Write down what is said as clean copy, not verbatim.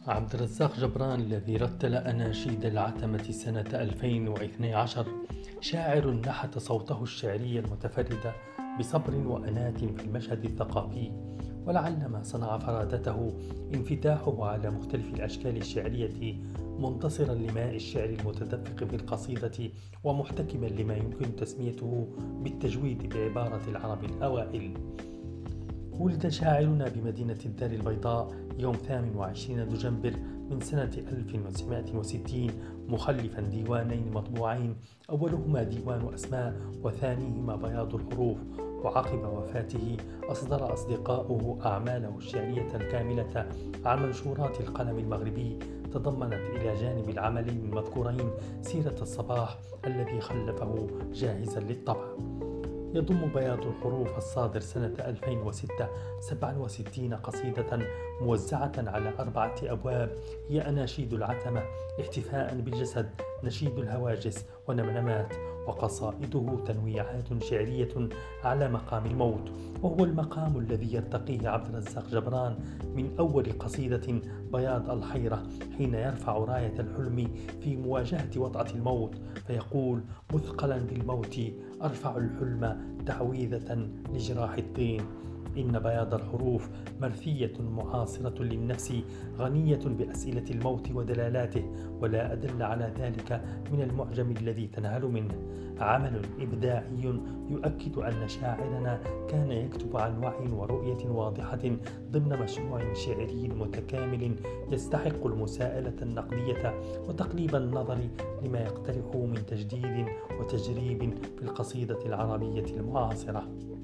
عبد الرزاق جبران الذي رتل أناشيد العتمة سنة 2012 شاعر نحت صوته الشعري المتفرد بصبر وأناة في المشهد الثقافي، ولعل ما صنع فرادته انفتاحه على مختلف الأشكال الشعرية، منتصرا لماء الشعر المتدفق في القصيدة ومحتكما لما يمكن تسميته بالتجويد بعبارة العرب الأوائل. ولد شاعرنا بمدينة الدار البيضاء يوم 28 دجنبر من سنة 1960، مخلفا ديوانين مطبوعين، أولهما ديوان أسماء وثانيهما بياض الحروف. وعقب وفاته أصدر أصدقاؤه أعماله الشعرية الكاملة عن منشورات القلم المغربي، تضمنت إلى جانب العملين المذكورين سيرة الصباح الذي خلفه جاهزا للطبع. يضم بياض الحروف الصادر سنة 2006 67 قصيدة موزعة على 4 أبواب، هي أناشيد العتمة، احتفاء بالجسد، نشيد الهواجس ونمنمات، وقصائده تنويعات شعرية على مقام الموت، وهو المقام الذي يرتقيه عبد الرزاق جبران من أول قصيدة بياض الحيرة، حين يرفع راية الحلم في مواجهة وطأة الموت، فيقول: مثقلا بالموت أرفع الحلم تعويذة لجراح الطين. إن بياض الحروف مرثية معاصرة للنفس، غنية بأسئلة الموت ودلالاته، ولا أدل على ذلك من المعجم الذي تنهل منه. عمل إبداعي يؤكد أن شاعرنا كان يكتب عن وعي ورؤية واضحة ضمن مشروع شعري متكامل يستحق المساءلة النقدية وتقليب النظر لما يقترحه من تجديد وتجريب في القصيدة العربية المعاصرة.